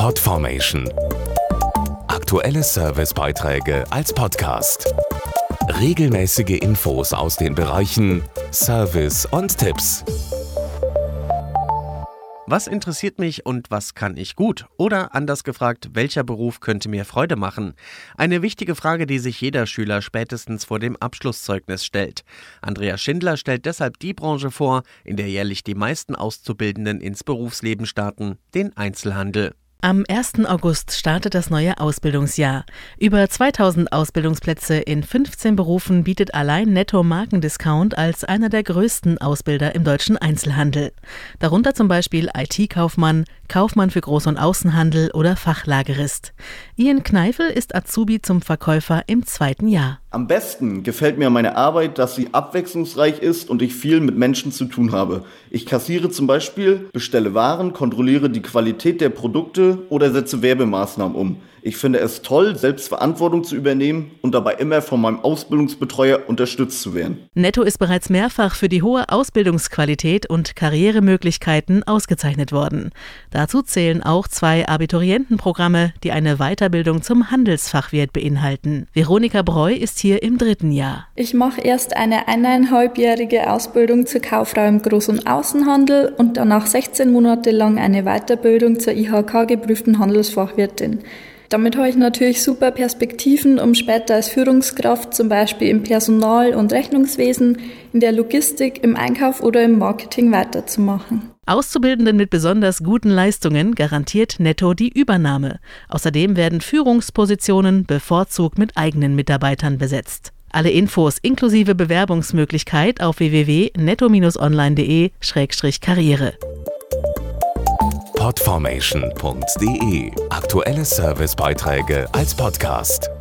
Podformation. Aktuelle Servicebeiträge als Podcast. Regelmäßige Infos aus den Bereichen Service und Tipps. Was interessiert mich und was kann ich gut? Oder anders gefragt, welcher Beruf könnte mir Freude machen? Eine wichtige Frage, die sich jeder Schüler spätestens vor dem Abschlusszeugnis stellt. Andreas Schindler stellt deshalb die Branche vor, in der jährlich die meisten Auszubildenden ins Berufsleben starten, den Einzelhandel. Am 1. August startet das neue Ausbildungsjahr. Über 2000 Ausbildungsplätze in 15 Berufen bietet allein Netto Markendiscount als einer der größten Ausbilder im deutschen Einzelhandel. Darunter zum Beispiel IT-Kaufmann, Kaufmann für Groß- und Außenhandel oder Fachlagerist. Ian Kneifel ist Azubi zum Verkäufer im 2. Jahr. Am besten gefällt mir meine Arbeit, dass sie abwechslungsreich ist und ich viel mit Menschen zu tun habe. Ich kassiere zum Beispiel, bestelle Waren, kontrolliere die Qualität der Produkte oder setze Werbemaßnahmen um. Ich finde es toll, selbst Verantwortung zu übernehmen und dabei immer von meinem Ausbildungsbetreuer unterstützt zu werden. Netto ist bereits mehrfach für die hohe Ausbildungsqualität und Karrieremöglichkeiten ausgezeichnet worden. Dazu zählen auch 2 Abiturientenprogramme, die eine Weiterbildung zum Handelsfachwirt beinhalten. Veronika Breu ist hier im 3. Jahr. Ich mache erst eine 1,5-jährige Ausbildung zur Kauffrau im Groß- und Außenhandel und danach 16 Monate lang eine Weiterbildung zur IHK-geprüften Handelsfachwirtin. Damit habe ich natürlich super Perspektiven, um später als Führungskraft zum Beispiel im Personal- und Rechnungswesen, in der Logistik, im Einkauf oder im Marketing weiterzumachen. Auszubildenden mit besonders guten Leistungen garantiert Netto die Übernahme. Außerdem werden Führungspositionen bevorzugt mit eigenen Mitarbeitern besetzt. Alle Infos inklusive Bewerbungsmöglichkeit auf www.netto-online.de/karriere. Podformation.de. Aktuelle Servicebeiträge als Podcast.